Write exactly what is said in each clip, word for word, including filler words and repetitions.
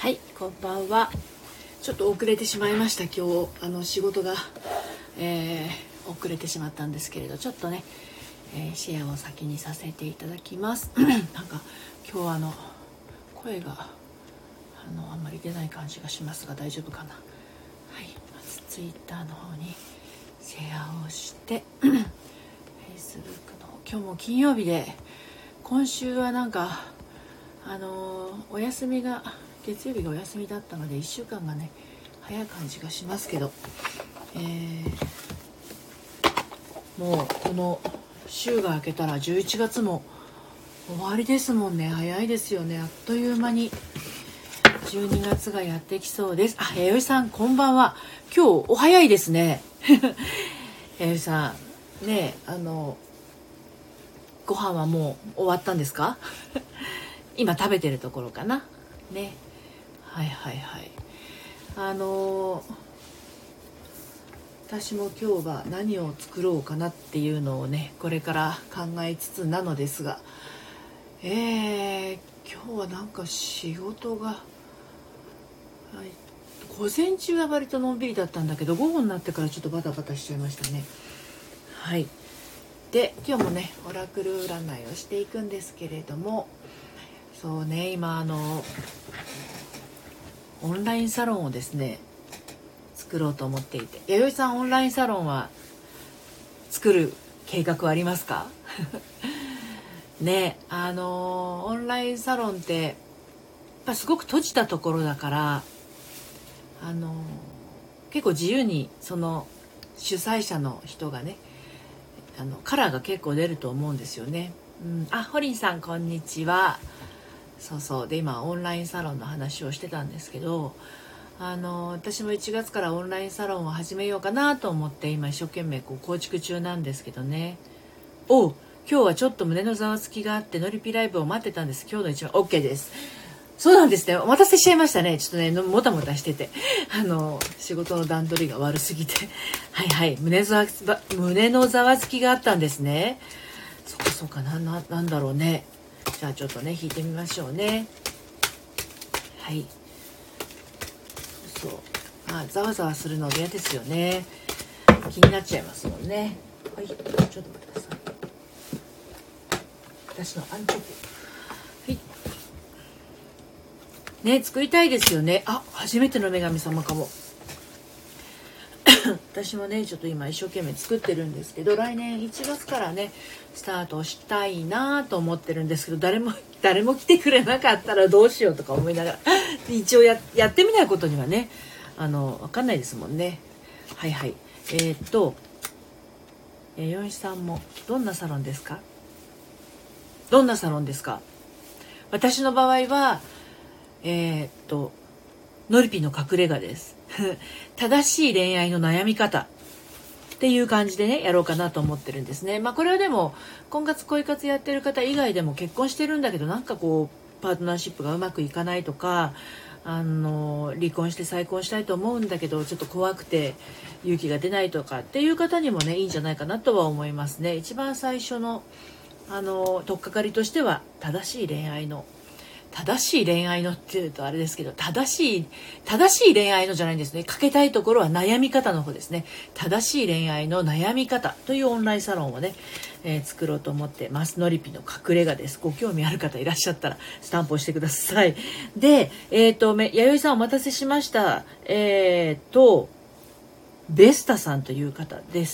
はい、こんばんは。ちょっと遅れてしまいました。今日あの仕事が、えー、遅れてしまったんですけれど、ちょっとね、えー、シェアを先にさせていただきます。なんか今日あの声があのあんまり出ない感じがしますが大丈夫かな。はい、まずツイッターの方にシェアをしてフェイスブックの今日も金曜日で、今週はなんかあのお休みが月曜日がお休みだったのでいっしゅうかんがね早い感じがしますけど、えー、もうこの週が明けたらじゅういちがつも終わりですもんね。早いですよね。あっという間にじゅうにがつがやってきそうです。あ、弥生さんこんばんは。今日お早いですね。弥生さんね、あのご飯はもう終わったんですか？今食べてるところかなね。はいはいはい。あのー、私も今日は何を作ろうかなっていうのをねこれから考えつつなのですが、えー、今日はなんか仕事が、はい、午前中は割とのんびりだったんだけど午後になってからちょっとバタバタしちゃいましたね。はい。で今日もねオラクル占いをしていくんですけれども、そうね、今あのオンラインサロンをですね作ろうと思っていて、弥生さんオンラインサロンは作る計画はありますか？ね、あのオンラインサロンってやっぱすごく閉じたところだから、あの結構自由にその主催者の人がねあのカラーが結構出ると思うんですよね。うん、あ、ホリンさんこんにちは。そうそうで今オンラインサロンの話をしてたんですけど、あの私もいちがつからオンラインサロンを始めようかなと思って今一生懸命こう構築中なんですけどね。おう、今日はちょっと胸のざわつきがあってノリピライブを待ってたんです。今日の一番 OK です。そうなんですね。お待たせしちゃいましたね。ちょっとねもたもたしててあの仕事の段取りが悪すぎてはいはい、胸ざわ胸のざわつきがあったんですね。そっかそっか、な、な、なんだろうね。じゃあちょっとね弾いてみましょうね。はい。そう、あ、ざわざわするの嫌ですよね。気になっちゃいますもんね。はい、ちょっと待ってください。私のアンチョコ、はいね、作りたいですよね。あ、初めての女神様かも。私もねちょっと今一生懸命作ってるんですけど、来年いちがつからねスタートしたいなと思ってるんですけど、誰も誰も来てくれなかったらどうしようとか思いながら一応 や, やってみないことにはねあの分かんないですもんね。はいはい。えー、っとえー、ヨンシさんもどんなサロンですか？どんなサロンですか？私の場合はえー、っとノリピの隠れ家です正しい恋愛の悩み方っていう感じでねやろうかなと思ってるんですね。まあこれはでも婚活恋活やってる方以外でも結婚してるんだけどなんかこうパートナーシップがうまくいかないとか、あの離婚して再婚したいと思うんだけどちょっと怖くて勇気が出ないとかっていう方にもねいいんじゃないかなとは思いますね。一番最初のあの取っかかりとしては正しい恋愛の正しい恋愛のっていうとあれですけど、正しい正しい恋愛のじゃないんですね。かけたいところは悩み方の方ですね。正しい恋愛の悩み方というオンラインサロンをね、えー、作ろうと思ってます。のりぴの隠れ家です。ご興味ある方いらっしゃったらスタンプをしてください。で、えっと弥生さんお待たせしました。えっとベスタさんという方です。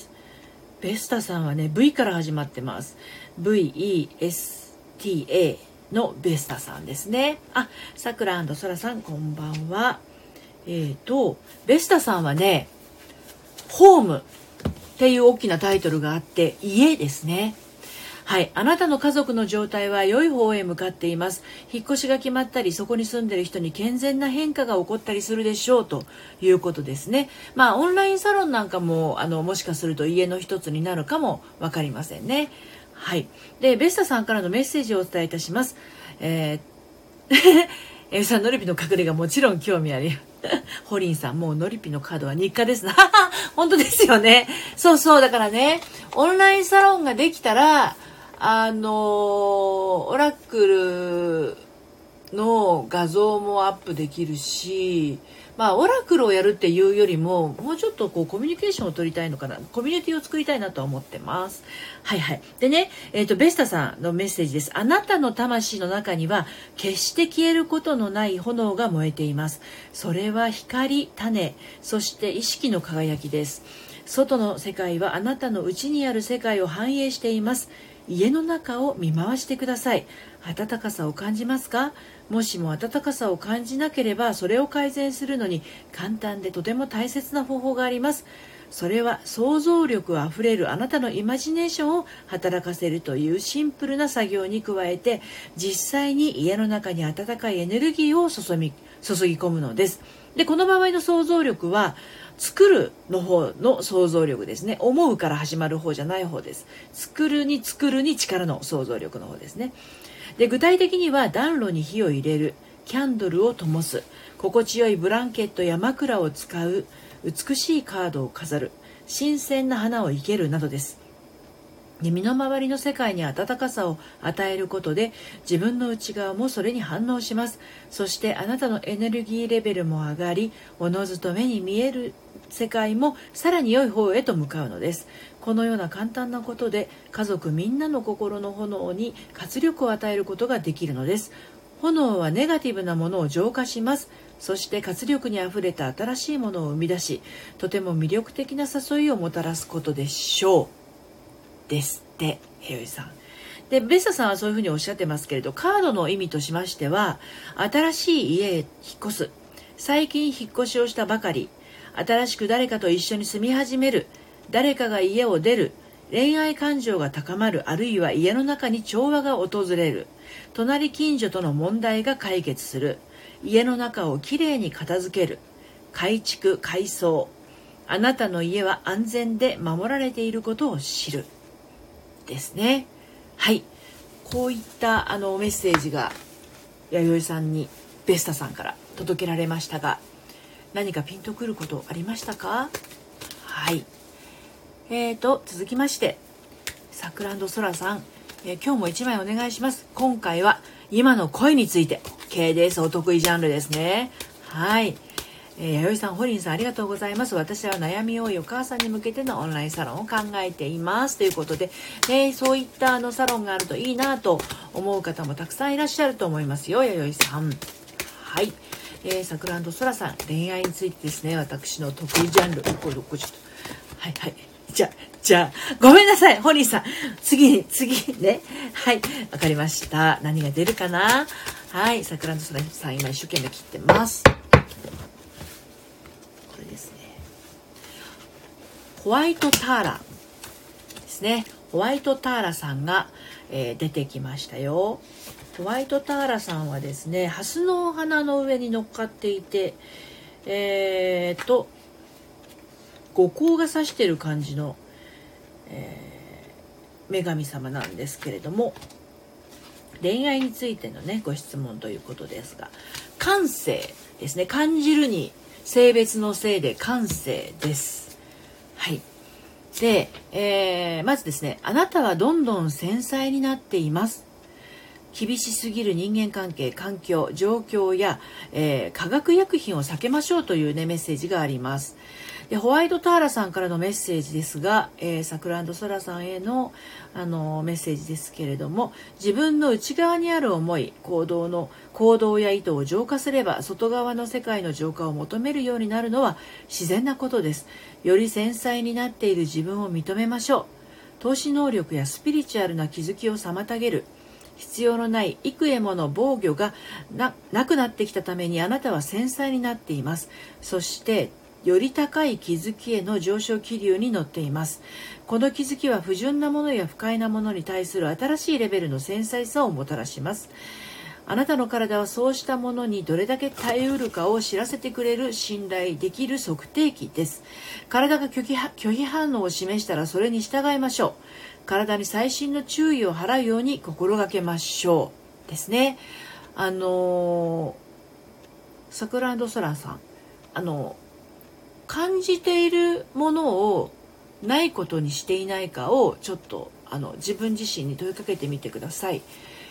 ベスタさんはね V から始まってます。 ブイイーエスティーエーのベスタさんですね。あ、さくら&そらさんこんばんは。えーとベスタさんはねホームっていう大きなタイトルがあって家ですね。はい、あなたの家族の状態は良い方へ向かっています。引っ越しが決まったりそこに住んでいる人に健全な変化が起こったりするでしょうということですね。まあオンラインサロンなんかもあのもしかすると家の一つになるかも分かりませんね。はい。でベスタさんからのメッセージをお伝えいたします。えーエミさんノリピの隠れがもちろん興味あるよホリンさんもうノリピのカードは日課ですな本当ですよね。そうそう、だからねオンラインサロンができたらあのオラクルの画像もアップできるし、まあオラクルをやるっていうよりももうちょっとこうコミュニケーションを取りたいのかな、コミュニティを作りたいなとは思ってます。はいはい。でね、えっとベスタさんのメッセージです。あなたの魂の中には決して消えることのない炎が燃えています。それは光、種、そして意識の輝きです。外の世界はあなたの内にある世界を反映しています。家の中を見回してください。暖かさを感じますか？もしも暖かさを感じなければ、それを改善するのに簡単でとても大切な方法があります。それは想像力あふれるあなたのイマジネーションを働かせるというシンプルな作業に加えて、実際に家の中に暖かいエネルギーを注ぎ、注ぎ込むのです。で、この場合の想像力は作るの方の想像力ですね。思うから始まる方じゃない方です。作るに作るに力の想像力の方ですね。で、具体的には暖炉に火を入れる、キャンドルを灯す、心地よいブランケットや枕を使う、美しいカードを飾る、新鮮な花を生けるなどです。で、身の回りの世界に温かさを与えることで自分の内側もそれに反応します。そしてあなたのエネルギーレベルも上がり、おのずと目に見える世界もさらに良い方へと向かうのです。このような簡単なことで家族みんなの心の炎に活力を与えることができるのです。炎はネガティブなものを浄化します。そして活力にあふれた新しいものを生み出し、とても魅力的な誘いをもたらすことでしょう。ですって、へよいさん。で、ベッサさんはそういうふうにおっしゃってますけれど、カードの意味としましては、新しい家へ引っ越す、最近引っ越しをしたばかり、新しく誰かと一緒に住み始める、誰かが家を出る、恋愛感情が高まる、あるいは家の中に調和が訪れる、隣近所との問題が解決する、家の中をきれいに片付ける、改築、改装、あなたの家は安全で守られていることを知る。ですね。はい、こういったあのメッセージが弥生さんにベスタさんから届けられましたが、何かピンとくることありましたか？はい。えーと続きまして、さくらんどそらさん、えー、今日もいちまいお願いします。今回は今の恋について OK です。お得意ジャンルですね。はい。えー、弥生さん、ホリンさん、ありがとうございます。私は悩み多いお母さんに向けてのオンラインサロンを考えていますということで、ね、そういったあのサロンがあるといいなと思う方もたくさんいらっしゃると思いますよ、弥生さん。はい。えー、さくらんどそらさん、恋愛についてですね、私の得意ジャンル、これどこちょっと、はいはい。じゃあ、じゃあ、ごめんなさい、ホリンさん。次、次ね。はい、わかりました。何が出るかな。はい、さくらんどそらさん、今一生懸命切ってます。ホワイトターラですね。ホワイトターラさんが、えー、出てきましたよ。ホワイトターラさんはですね、ハスの花の上に乗っかっていて、えー、と五光が差してる感じの、えー、女神様なんですけれども、恋愛についてのねご質問ということですが、感性ですね。感じるに性別の性で感性です。はい。で、えー、まずですね、あなたはどんどん繊細になっています。厳しすぎる人間関係、環境、状況や、えー、化学薬品を避けましょうというねメッセージがあります。で、ホワイトターラさんからのメッセージですが、えー、さくらんどそらさんへの、あのメッセージですけれども、自分の内側にある思い、行動の行動や意図を浄化すれば、外側の世界の浄化を求めるようになるのは自然なことです。より繊細になっている自分を認めましょう。投資能力やスピリチュアルな気づきを妨げる必要のない幾重もの防御が な, なくなってきたために、あなたは繊細になっています。そしてより高い気づきへの上昇気流に乗っています。この気づきは不純なものや不快なものに対する新しいレベルの繊細さをもたらします。あなたの体はそうしたものにどれだけ耐えうるかを知らせてくれる信頼できる測定器です。体が拒否、拒否反応を示したらそれに従いましょう。体に細心の注意を払うように心がけましょうですね。あのー、さくらんどそらさん、あの感じているものをないことにしていないかをちょっとあの自分自身に問いかけてみてください。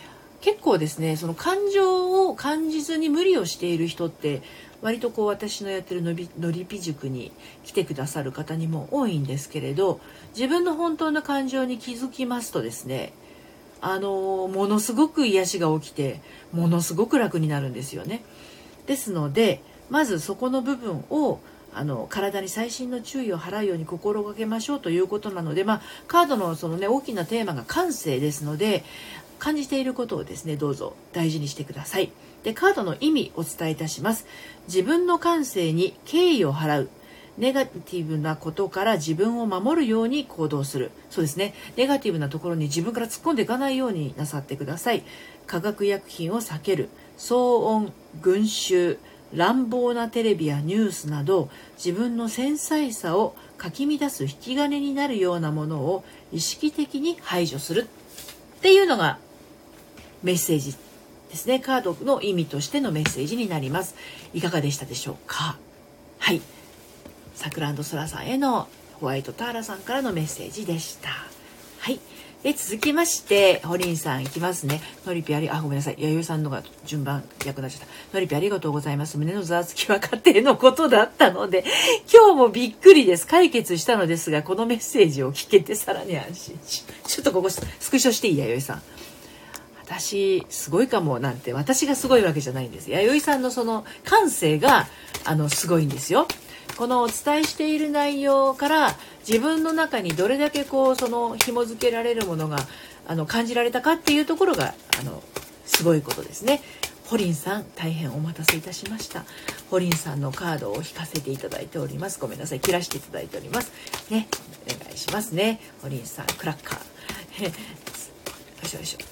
結構ですね、その感情を感じずに無理をしている人って割とこう私のやってるのびのりぴ塾に来てくださる方にも多いんですけれど、自分の本当の感情に気づきますとですね、あのものすごく癒しが起きてものすごく楽になるんですよね。ですのでまずそこの部分をあの体に細心の注意を払うように心がけましょうということなので、まあ、カードのその、ね、大きなテーマが感性ですので、感じていることをですねどうぞ大事にしてください。でカードの意味お伝えいたします。自分の感性に敬意を払う、ネガティブなことから自分を守るように行動する。そうですね、ネガティブなところに自分から突っ込んでいかないようになさってください。化学薬品を避ける、騒音、群衆、乱暴なテレビやニュースなど自分の繊細さをかき乱す引き金になるようなものを意識的に排除するっていうのがメッセージですね。カードの意味としてのメッセージになります。いかがでしたでしょうか。はい、さくらんどそらさんへのホワイトターラさんからのメッセージでした。はい、で続きましてホリンさんいきますね。のりぴありあごめんなさい、弥生さんのが順番逆になっちゃった。のりぴありがとうございます。胸のざわつきは家庭のことだったので今日もびっくりです。解決したのですがこのメッセージを聞けてさらに安心し、ちょっとここスクショしていい？弥生さん私すごいかもなんて、私がすごいわけじゃないんです。弥生さんのその感性があのすごいんですよ。このお伝えしている内容から自分の中にどれだけこうその紐付けられるものがあの感じられたかっていうところがあのすごいことですね。ホリンさん大変お待たせいたしました。ホリンさんのカードを引かせていただいております。ごめんなさい、切らしていただいておりますね。お願いしますね。ホリンさんクラッカーよいしょよいしょ。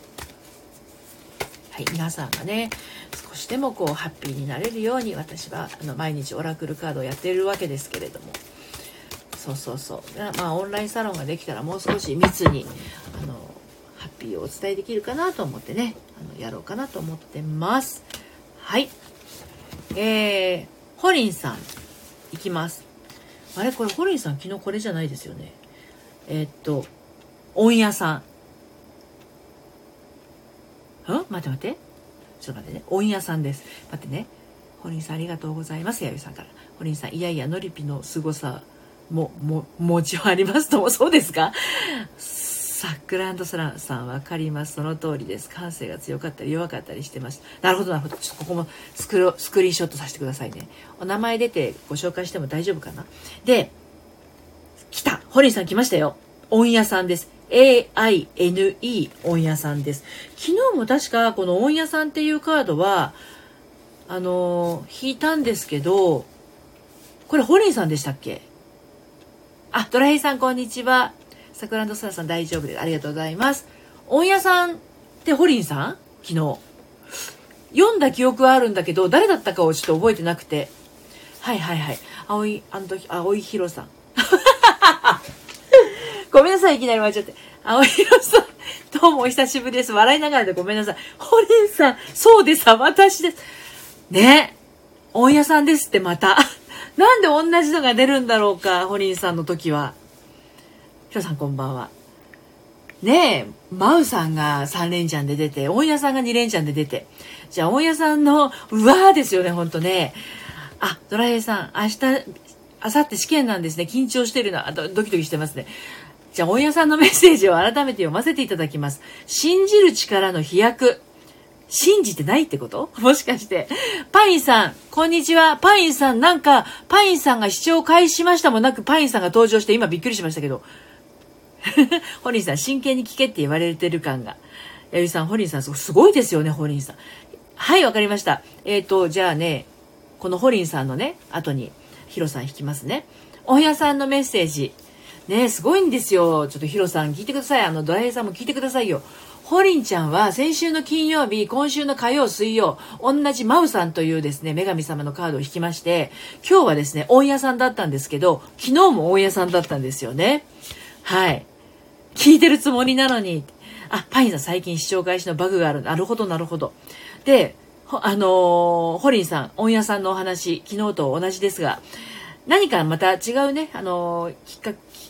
はい、皆さんがね少しでもこうハッピーになれるように私はあの毎日オラクルカードをやっているわけですけれども、そうそうそう、まあオンラインサロンができたらもう少し密にあのハッピーをお伝えできるかなと思ってね、あのやろうかなと思ってます。はい、えー、ホリンさんいきます。あれこれホリンさん昨日これじゃないですよね。えー、っと温野さんん待って待ってちょっと待ってね、温野さんです。待ってね、ホリンさんありがとうございます。やゆさんからホリンさんいやいやのりぴの凄さもももちろんありますとも。そうですか。サクランドソラさんわかります。その通りです。感性が強かったり弱かったりしてます。なるほどなるほど。ちょっとここもスクロスクリーンショットさせてくださいね。お名前出てご紹介しても大丈夫かな。で来た、ホリンさん来ましたよ。温野さんです。エーアイエヌイー 温野さんです。昨日も確かこの温野さんっていうカードはあのー、引いたんですけど、これホリンさんでしたっけ。あ、ドラヘイさんこんにちは。サクランドソラさん大丈夫です。ありがとうございます。温野さんってホリンさん昨日読んだ記憶はあるんだけど誰だったかをちょっと覚えてなくて、はいはいはい、青いあの時青いひろさんごめんなさいいきなり間違って。青色さんどうもお久しぶりです。笑いながらでごめんなさい。ホリンさんそうです、私ですね。温野さんですってまたなんで同じのが出るんだろうか。ホリンさんの時はひろさんこんばんはねえ。マウさんがさん連チャンで出て温野さんがに連チャンで出て、じゃあ温野さんのうわーですよねほんとね。あ、ドラヘイさん明日明後日試験なんですね。緊張してるな、ドキドキしてますね。じゃあ、温野さんのメッセージを改めて読ませていただきます。信じる力の飛躍。信じてないってこと？もしかして。パインさん、こんにちは。パインさん、なんか、パインさんが視聴開始しましたもなく、パインさんが登場して今びっくりしましたけど。ホリンさん、真剣に聞けって言われてる感が。やゆさん、ホリンさん、すごいですよね、ホリンさん。はい、わかりました。えっと、じゃあね、このホリンさんのね、後に、ヒロさん引きますね。温野さんのメッセージ。ね、すごいんですよ。ちょっとヒロさん聞いてください。あのドラヘイさんも聞いてくださいよ。ホリンちゃんは先週の金曜日、今週の火曜、水曜、同じマウさんというですね、女神様のカードを引きまして、今日はですね、温野さんだったんですけど、昨日も温野さんだったんですよね。はい。聞いてるつもりなのに。あ、パインさん最近視聴開始のバグがある。なるほど、なるほど。で、あのー、ホリンさん、温野さんのお話、昨日と同じですが、何かまた違うね、あのー、きっかけ、聞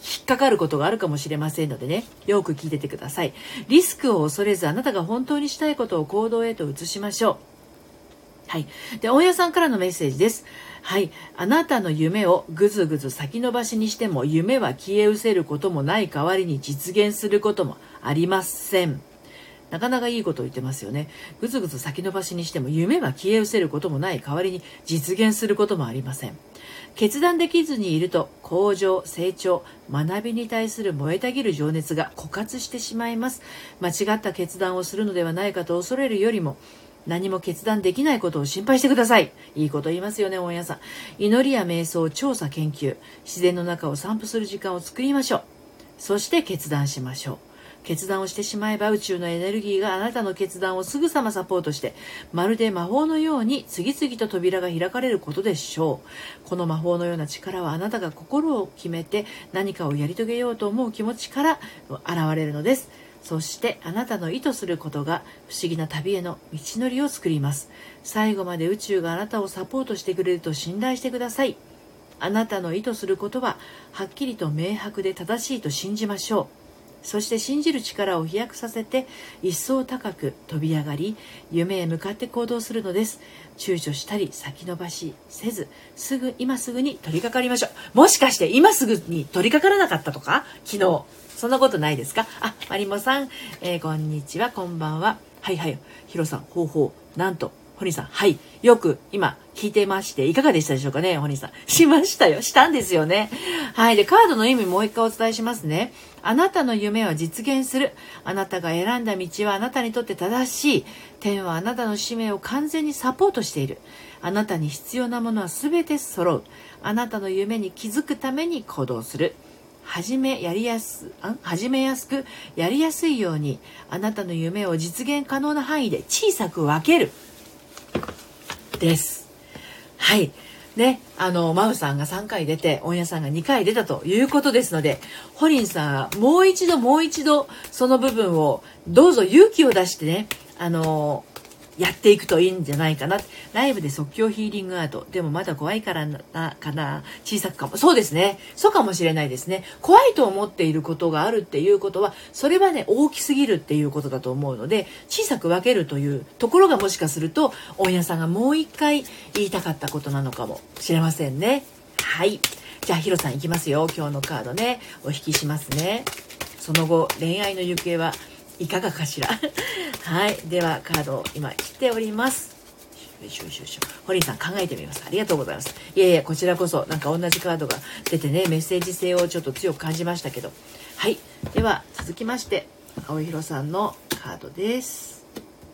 引っかかることがあるかもしれませんのでね、よく聞いててください。リスクを恐れず、あなたが本当にしたいことを行動へと移しましょう。はい。で、大家さんからのメッセージです。はい。あなたの夢をぐずぐず先延ばしにしても、夢は消え失せることもない代わりに実現することもありません。なかなかいいことを言ってますよね。ぐずぐず先延ばしにしても、夢は消え失せることもない代わりに実現することもありません。決断できずにいると、向上、成長、学びに対する燃えたぎる情熱が枯渇してしまいます。間違った決断をするのではないかと恐れるよりも、何も決断できないことを心配してください。いいこと言いますよね、大家さん。祈りや瞑想、調査、研究、自然の中を散歩する時間を作りましょう。そして決断しましょう。決断をしてしまえば宇宙のエネルギーがあなたの決断をすぐさまサポートして、まるで魔法のように次々と扉が開かれることでしょう。この魔法のような力はあなたが心を決めて何かをやり遂げようと思う気持ちから現れるのです。そしてあなたの意図することが不思議な旅への道のりを作ります。最後まで宇宙があなたをサポートしてくれると信頼してください。あなたの意図することははっきりと明白で正しいと信じましょう。そして信じる力を飛躍させて一層高く飛び上がり、夢へ向かって行動するのです。躊躇したり先延ばしせず、すぐ今すぐに取り掛かりましょう。もしかして今すぐに取り掛からなかったとか、昨日そんなことないですか？あ、マリモさん、えー、こんにちは、こんばんは。はいはい、ヒロさん、ほうほう、なんとホニーさん、はい、よく今聞いてまして、いかがでしたでしょうかね、ホニーさん。しましたよ、したんですよね。はい、でカードの意味もう一回お伝えしますね。あなたの夢は実現する。あなたが選んだ道はあなたにとって正しい。天はあなたの使命を完全にサポートしている。あなたに必要なものは全て揃う。あなたの夢に気づくために行動する。始めやりやす、あ、始めやすくやりやすいように、あなたの夢を実現可能な範囲で小さく分ける。です。はい。ね、あの、マウさんがさんかい出て、オンヤさんがにかい出たということですので、ホリンさん、もう一度もう一度、その部分を、どうぞ勇気を出してね、あの、やっていくといいんじゃないかな。ライブで即興ヒーリングアート。でもまだ怖いからな、かな。小さくかも。そうですね。そうかもしれないですね。怖いと思っていることがあるっていうことは、それはね、大きすぎるっていうことだと思うので、小さく分けるというところがもしかすると、大家さんがもう一回言いたかったことなのかもしれませんね。はい。じゃあ、ヒロさんいきますよ。今日のカードね。お引きしますね。その後、恋愛の行方はいかがかしら。はい。では、カードを今切っております。よいしょよいしょよいしょ。ホリーさん考えてみます。ありがとうございます。いやいや、こちらこそ、なんか同じカードが出てね、メッセージ性をちょっと強く感じましたけど。はい。では、続きまして、青いひろさんのカードです。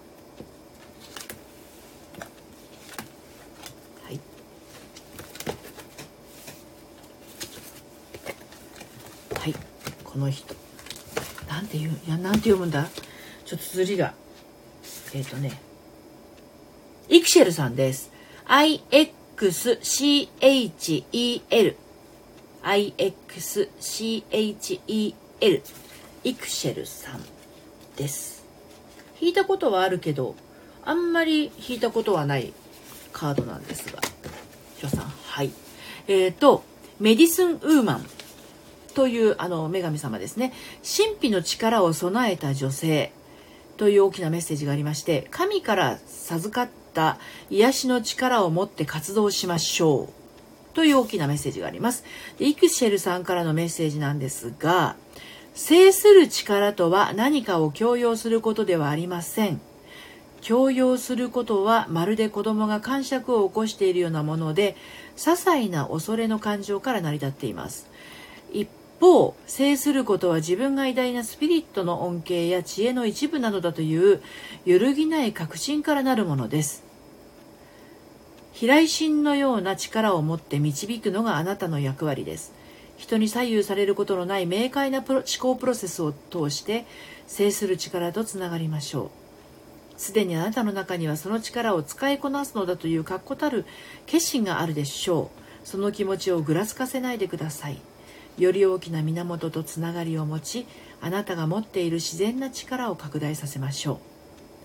はい。はい。この人。なんていう、いや、なんて読むんだ？ちょっと綴りが。えっとね。イクシェルさんです。アイエックスシーエイチイーエル。アイエックスシーエイチイーエル。イクシェルさんです。引いたことはあるけど、あんまり引いたことはないカードなんですが。ヒロさん、はい。えっと、メディスンウーマンというあの女神様ですね。神秘の力を備えた女性という大きなメッセージがありまして、神から授かった癒しの力を持って活動しましょうという大きなメッセージがあります。でイクシェルさんからのメッセージなんですが、制する力とは何かを強要することではありません。強要することはまるで子供が癇癪を起こしているようなもので、些細な恐れの感情から成り立っています。一方、制することは自分が偉大なスピリットの恩恵や知恵の一部なのだという揺るぎない確信からなるものです。飛来心のような力を持って導くのがあなたの役割です。人に左右されることのない明快なプロ思考プロセスを通して制する力とつながりましょう。すでにあなたの中にはその力を使いこなすのだという確固たる決心があるでしょう。その気持ちをぐらつかせないでください。より大きな源とつながりを持ち、あなたが持っている自然な力を拡大させましょう。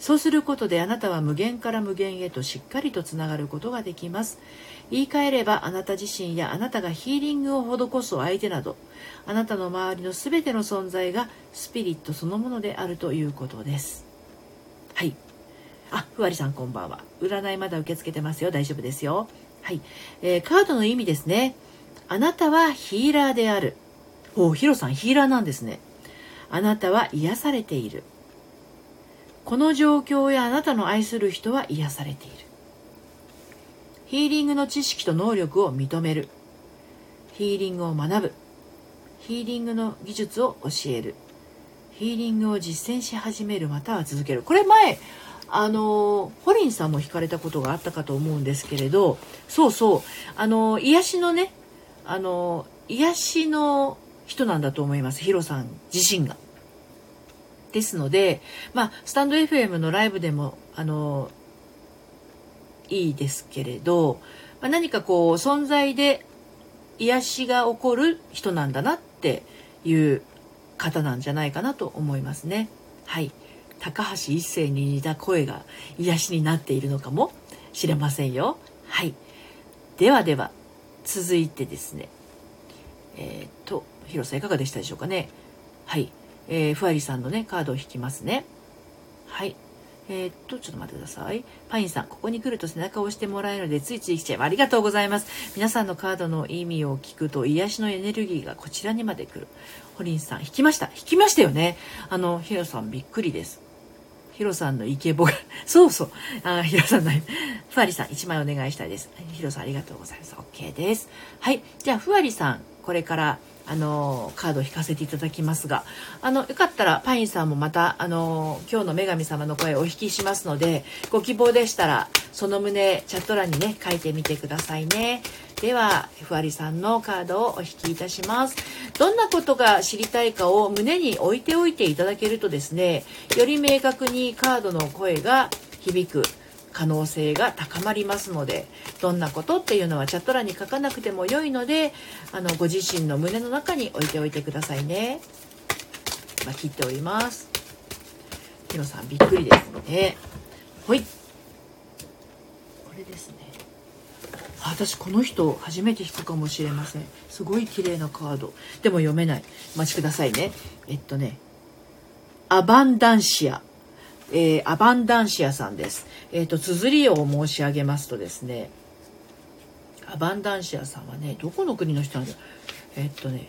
そうすることであなたは無限から無限へとしっかりとつながることができます。言い換えれば、あなた自身やあなたがヒーリングを施す相手など、あなたの周りのすべての存在がスピリットそのものであるということです。はい。あ、ふわりさんこんばんは。占いまだ受け付けてますよ。大丈夫ですよ。はい。えー、カードの意味ですね。あなたはヒーラーである。お、ヒロさんヒーラーなんですね。あなたは癒されている。この状況やあなたの愛する人は癒されている。ヒーリングの知識と能力を認める。ヒーリングを学ぶ。ヒーリングの技術を教える。ヒーリングを実践し始めるまたは続ける。これ前あのホリンさんも弾かれたことがあったかと思うんですけれど、そうそうあの癒しのねあの癒しの人なんだと思います、ヒロさん自身が。ですので、まあ、スタンド エフエム のライブでもあのいいですけれど、まあ、何かこう存在で癒しが起こる人なんだなっていう方なんじゃないかなと思いますね。はい、高橋一生に似た声が癒しになっているのかもしれませんよ。はい、ではでは続いてですね、えー、っとヒロさんいかがでしたでしょうかね。はい、えー、ふわりさんのねカードを引きますね。はい、えー、っとちょっと待ってください。パインさん、ここに来ると背中を押してもらえるのでついつい来ちゃいます。ありがとうございます。皆さんのカードの意味を聞くと癒しのエネルギーがこちらにまで来る。ホリンさん引きました引きましたよね。あのヒロさんびっくりです。ヒロさんのイケボがそうそう、あ、ヒロさんのふわりさんいちまいお願いしたいです。ヒロさんありがとうございます。 OK です。はい、じゃあふわりさんこれからあのカードを引かせていただきますが、あのよかったらパインさんもまたあの今日の女神様の声をお引きしますので、ご希望でしたらその旨チャット欄にね書いてみてくださいね。ではふわりさんのカードをお引きいたします。どんなことが知りたいかを胸に置いておいていただけるとですね、より明確にカードの声が響く可能性が高まりますので、どんなことっていうのはチャット欄に書かなくても良いので、あのご自身の胸の中に置いておいてくださいね。今切っております。ヒロさんびっくりですね。ほい、これですね。私この人初めて弾くかもしれません。すごい綺麗なカードでも読めない。お待ちくださいね。えっとねアバンダンシア、えー、アバンダンシアさんです。えっと綴りを申し上げますとですね、アバンダンシアさんはねどこの国の人なんだ。えっとね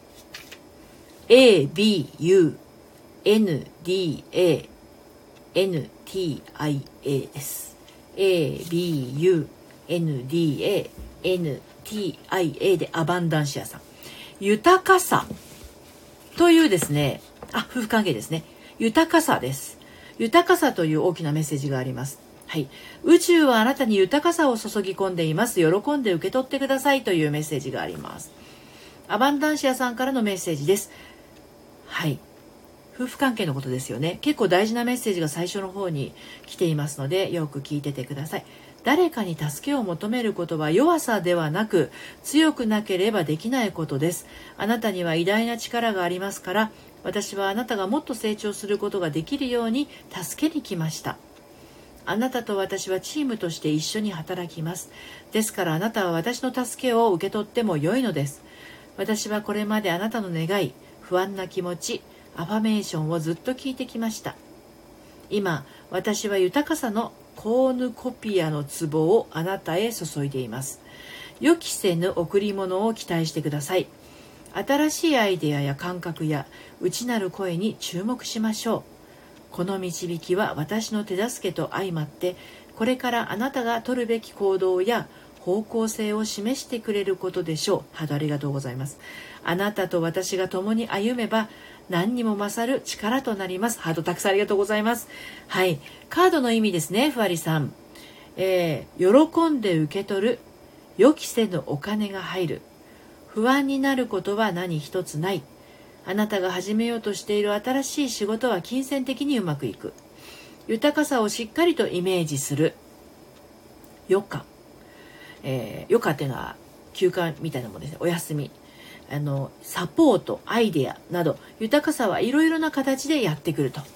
エービーユーエヌディーエーエヌティーアイエーエス エービーユーエヌディーエーエヌティーアイエー でアバンダンシアさん、豊かさというですね、あ、夫婦関係ですね。豊かさです。豊かさという大きなメッセージがあります。はい、宇宙はあなたに豊かさを注ぎ込んでいます。喜んで受け取ってくださいというメッセージがあります。アバンダンシアさんからのメッセージです。はい、夫婦関係のことですよね。結構大事なメッセージが最初の方に来ていますのでよく聞いててください。誰かに助けを求めることは弱さではなく強くなければできないことです。あなたには偉大な力がありますから、私はあなたがもっと成長することができるように助けに来ました。あなたと私はチームとして一緒に働きます。ですからあなたは私の助けを受け取っても良いのです。私はこれまであなたの願い、不安な気持ち、アファメーションをずっと聞いてきました。今、私は豊かさのコーヌコピアの壺をあなたへ注いでいます。予期せぬ贈り物を期待してください。新しいアイデアや感覚や内なる声に注目しましょう。この導きは私の手助けと相まって、これからあなたが取るべき行動や方向性を示してくれることでしょう。ハードありがとうございます。あなたと私が共に歩めば何にも勝る力となります。ハードたくさんありがとうございます。はい、カードの意味ですね。ふわりさん、えー、喜んで受け取る、予期せぬお金が入る、不安になることは何一つない、あなたが始めようとしている新しい仕事は金銭的にうまくいく、豊かさをしっかりとイメージする、余暇、えー、余暇っていうのは休暇みたいなものですね。お休み、あのサポート、アイデアなど豊かさはいろいろな形でやってくると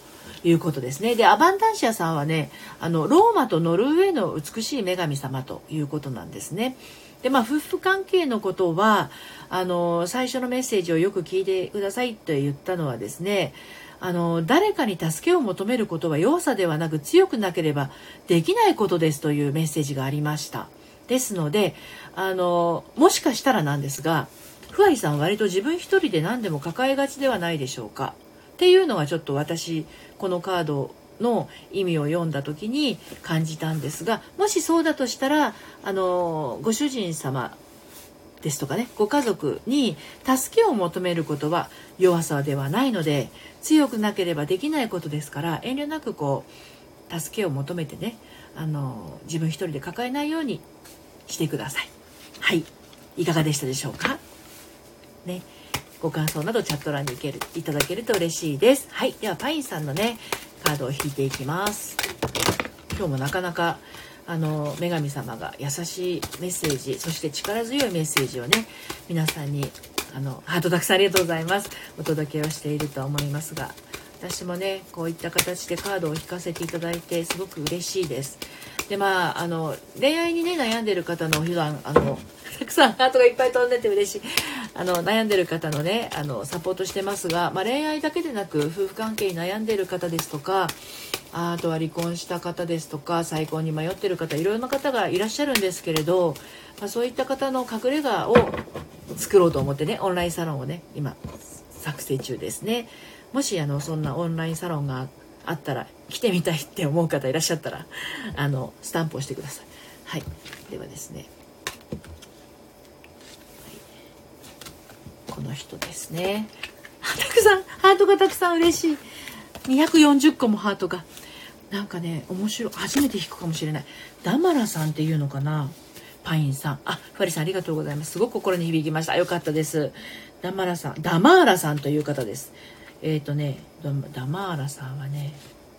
いうことですね。で、アバンダンシアさんはね、あのローマとノルウェーの美しい女神様ということなんですね。で、まあ、夫婦関係のことはあの最初のメッセージをよく聞いてくださいと言ったのはですね、あの誰かに助けを求めることは弱さではなく強くなければできないことですというメッセージがありました。ですので、あのもしかしたらなんですが、ふわりさんは割と自分一人で何でも抱えがちではないでしょうかっていうのがちょっと私このカードの意味を読んだ時に感じたんですが、もしそうだとしたらあのご主人様ですとかね、ご家族に助けを求めることは弱さではないので、強くなければできないことですから、遠慮なくこう助けを求めてね、あの自分一人で抱えないようにしてください。はい、いかがでしたでしょうかね。ご感想などチャット欄にいけるいただけると嬉しいです。はい、ではパインさんのねカードを引いていきます。今日もなかなかあの女神様が優しいメッセージ、そして力強いメッセージをね皆さんにあのハートたくさんありがとうございますお届けをしていると思いますが、私もねこういった形でカードを引かせていただいてすごく嬉しいです。で、まああの恋愛にね悩んでる方の普段あのたくさんハートがいっぱい飛んでて嬉しい。あの悩んでる方のねあのサポートしてますが、まあ、恋愛だけでなく夫婦関係に悩んでる方ですとか、あとは離婚した方ですとか、再婚に迷ってる方、いろいろな方がいらっしゃるんですけれど、まあ、そういった方の隠れ家を作ろうと思ってねオンラインサロンをね今作成中ですね。もしあのそんなオンラインサロンがあったら来てみたいって思う方いらっしゃったらあのスタンプをしてください。はい、ではですね、この人ですね。たくさんハートがたくさん嬉しい。にひゃくよんじゅっこもハートがなんかね面白い。初めて弾くかもしれない。ダマラさんっていうのかな。パインさん、あ、ファリさんありがとうございます。すごく心に響きました。よかったです。ダマラさん、ダマーラさんという方です。えっとねダマーラさんはね、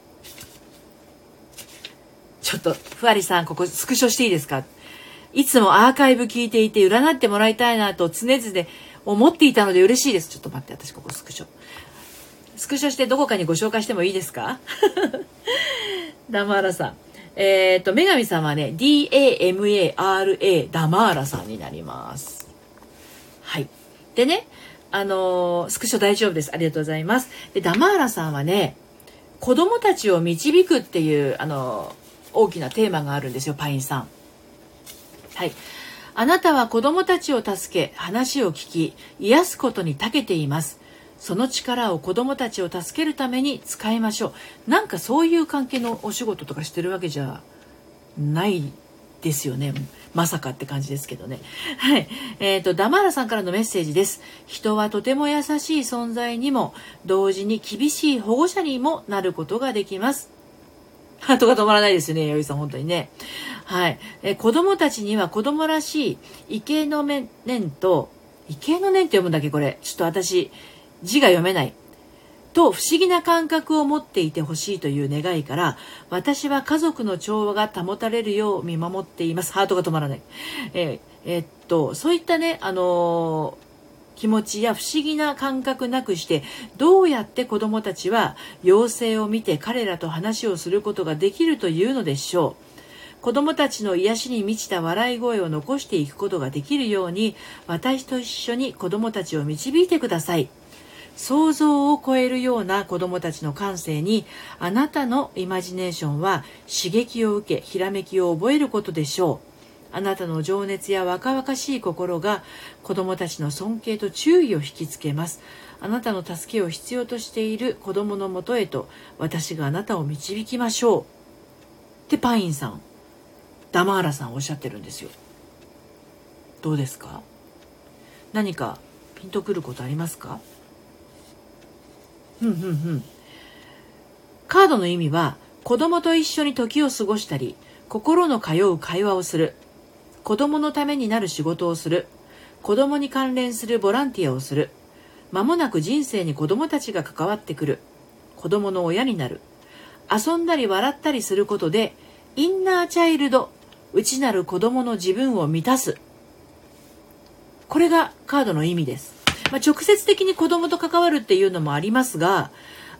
ちょっとフワリさんここスクショしていいですか。いつもアーカイブ聞いていて占ってもらいたいなと常々思っていたので嬉しいです。ちょっと待って、私ここスクショスクショしてどこかにご紹介してもいいですかダマーラさん、えっと女神さんはね ディー エー エム エー アール エー ダマーラさんになります。はい、でねあのー、スクショ大丈夫です。ありがとうございます。でダマーラさんはね子供たちを導くっていうあのー、大きなテーマがあるんですよ。パインさん、はい、あなたは子供たちを助け話を聞き癒すことに長けています。その力を子供たちを助けるために使いましょう。なんかそういう関係のお仕事とかしてるわけじゃないですよね。まさかって感じですけどね。はい、えーとダマーラさんからのメッセージです。人はとても優しい存在にも同時に厳しい保護者にもなることができます。ハートが止まらないですよね、よいさん本当にね。はい、えー、子供たちには子供らしい畏敬の念と畏敬の念って読むんだっけこれ。ちょっと私字が読めないと不思議な感覚を持っていてほしいという願いから、私は家族の調和が保たれるよう見守っています。ハートが止まらない。えーえーっとそういったね、あのー、気持ちや不思議な感覚なくして、どうやって子どもたちは妖精を見て彼らと話をすることができるというのでしょう。子どもたちの癒しに満ちた笑い声を残していくことができるように、私と一緒に子どもたちを導いてください。想像を超えるような子どもたちの感性にあなたのイマジネーションは刺激を受け、ひらめきを覚えることでしょう。あなたの情熱や若々しい心が子どもたちの尊敬と注意を引きつけます。あなたの助けを必要としている子どものもとへと私があなたを導きましょうってパインさん、ダマーラさんおっしゃってるんですよ。どうですか？何かピンとくることありますか？うんうんうん。カードの意味は、子供と一緒に時を過ごしたり、心の通う会話をする、子供のためになる仕事をする、子供に関連するボランティアをする、間もなく人生に子供たちが関わってくる、子供の親になる、遊んだり笑ったりすることでインナーチャイルド、内なる子供の自分を満たす。これがカードの意味です。まあ、直接的に子供と関わるっていうのもありますが、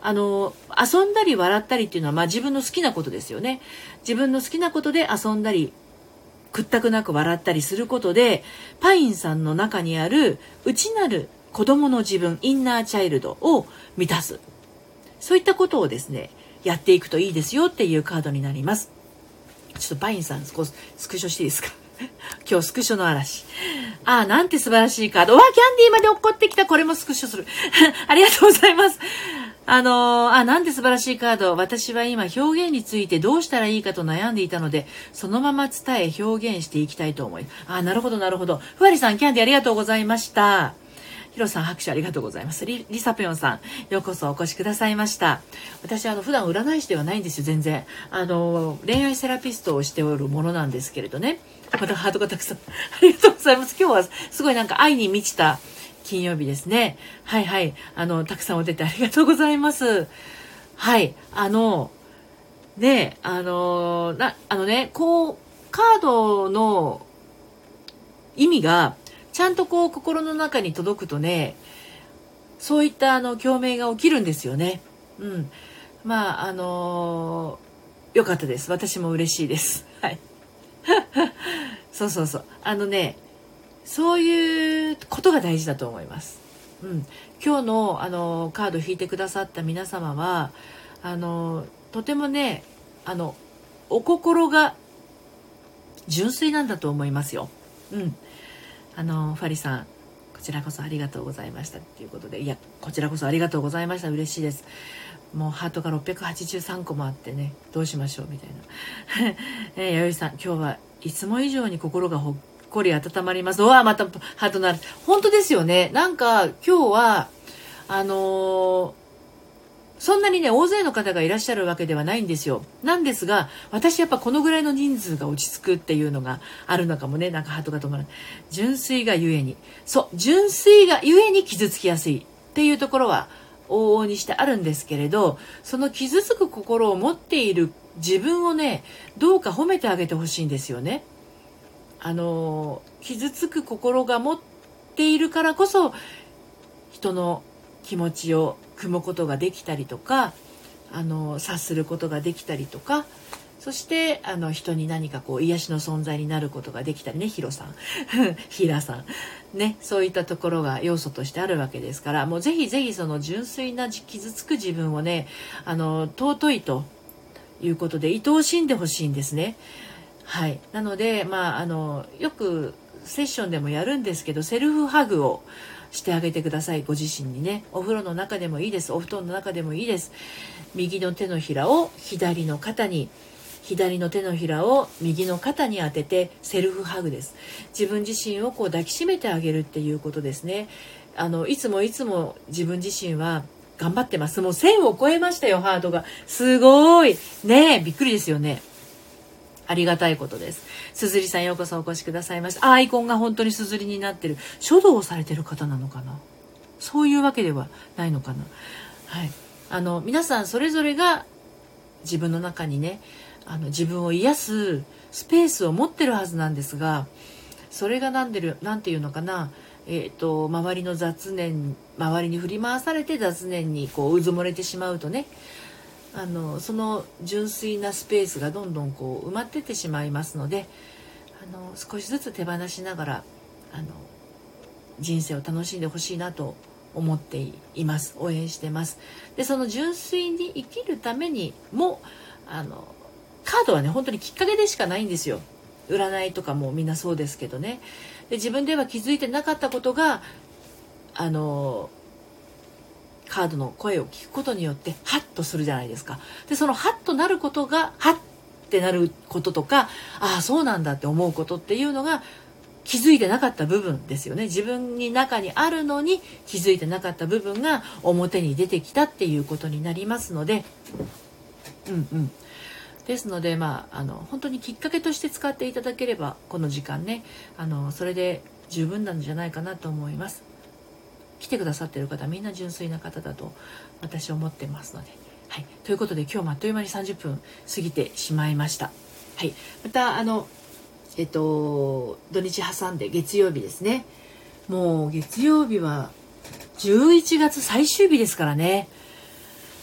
あの遊んだり笑ったりっていうのは、まあ自分の好きなことですよね。自分の好きなことで遊んだり屈託なく笑ったりすることで、パインさんの中にある内なる子供の自分、インナーチャイルドを満たす、そういったことをですねやっていくといいですよっていうカードになります。ちょっとパインさんスクショしていいですか今日スクショの嵐。ああ、なんて素晴らしいカード。わあ、キャンディーまで落っこってきた。これもスクショするありがとうございます。あのー、あ、なんて素晴らしいカード。私は今表現についてどうしたらいいかと悩んでいたので、そのまま伝え表現していきたいと思い。あ、なるほどなるほど。ふわりさん、キャンディーありがとうございました。ヒロさん、拍手ありがとうございます。リ, リサペヨンさん、ようこそお越しくださいました。私、あの、普段占い師ではないんですよ、全然。あの、恋愛セラピストをしておるものなんですけれどね。またハートがたくさん。ありがとうございます。今日はすごいなんか愛に満ちた金曜日ですね。はいはい。あの、たくさんお出てありがとうございます。はい。あの、ね、あの、な、あのね、こう、カードの意味が、ちゃんとこう心の中に届くとね、そういったあの共鳴が起きるんですよね。うん。まあ、あのー、よかったです。私も嬉しいです。はい。そうそうそう。あのね、そういうことが大事だと思います。うん。今日のあのカード引いてくださった皆様は、あの、とてもね、あの、お心が純粋なんだと思いますよ。うん。あのファリさん、こちらこそありがとうございましたっていうことで、いや、こちらこそありがとうございました。嬉しいです。もうハートがろっぴゃくはちじゅうさんこもあってね、どうしましょうみたいな。えー、弥生さん、今日はいつも以上に心がほっこり温まります。うわ、またハートなる。本当ですよね。なんか今日はあのーそんなにね、大勢の方がいらっしゃるわけではないんですよ。なんですが、私やっぱこのぐらいの人数が落ち着くっていうのがあるのかもね。なんかハートが止まらない。純粋がゆえに。そう、純粋がゆえに傷つきやすいっていうところは往々にしてあるんですけれど、その傷つく心を持っている自分をね、どうか褒めてあげてほしいんですよね。あの、傷つく心が持っているからこそ、人の気持ちを汲むことができたりとか、あの察することができたりとか、そしてあの人に何かこう癒しの存在になることができたりね、ヒロさんヒラさんね、そういったところが要素としてあるわけですから、もうぜひぜひその純粋な傷つく自分をね、あの尊いということで愛おしんでほしいんですね。はい。なので、まああのよくセッションでもやるんですけど、セルフハグをしてあげてください。ご自身にね。お風呂の中でもいいです。お布団の中でもいいです。右の手のひらを左の肩に、左の手のひらを右の肩に当ててセルフハグです。自分自身をこう抱きしめてあげるっていうことですね。あのいつもいつも自分自身は頑張ってます。もうせんを超えましたよ、ハートが。すごいねえ、びっくりですよね。ありがたいことです。すずりさん、ようこそお越しくださいました。アイコンが本当にすずりになってる。書道をされてる方なのかな、そういうわけではないのかな。はい。あの、皆さんそれぞれが自分の中にね、あの、自分を癒すスペースを持ってるはずなんですが、それがなんでる、なんていうのかな、えっと、周りの雑念、周りに振り回されて雑念にこう、うずもれてしまうとね、あのその純粋なスペースがどんどんこう埋まってってしまいますので、あの少しずつ手放しながらあの人生を楽しんでほしいなと思っています。応援してます。で、その純粋に生きるためにもあのカードはね、本当にきっかけでしかないんですよ。占いとかもみんなそうですけどね。で、自分では気づいてなかったことがあのカードの声を聞くことによってハッとするじゃないですか。で、そのハッとなることがハッってなることとか、ああそうなんだって思うことっていうのが気づいてなかった部分ですよね。自分に中にあるのに気づいてなかった部分が表に出てきたっていうことになりますので、うんうん。ですので、まあ、あの本当にきっかけとして使っていただければ、この時間ね、あのそれで十分なんじゃないかなと思います。来てくださっている方、みんな純粋な方だと私は思ってますので、はい、ということで今日もあっという間にさんじゅっぷん過ぎてしまいました。はい、またあのえっと土日挟んで月曜日ですね。もう月曜日はじゅういちがつ最終日ですからね。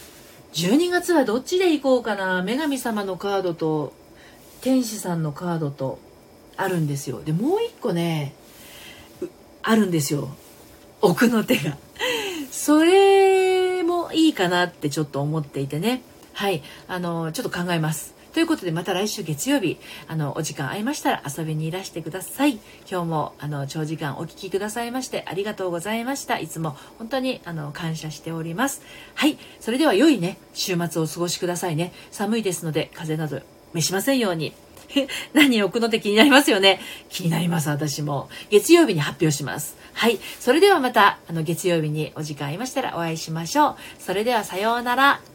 じゅうにがつはどっちで行こうかな。女神様のカードと天使さんのカードとあるんですよ。でもう一個ねあるんですよ、奥の手が。それもいいかなってちょっと思っていてね。はい、あのちょっと考えます。ということで、また来週月曜日、あのお時間合いましたら遊びにいらしてください。今日もあの長時間お聞きくださいましてありがとうございました。いつも本当にあの感謝しております。はい、それでは良いね週末をお過ごしくださいね。寒いですので風邪など召しませんように。何置くのって気になりますよね。気になります。私も月曜日に発表します。はい、それではまたあの月曜日にお時間ありましたらお会いしましょう。それではさようなら。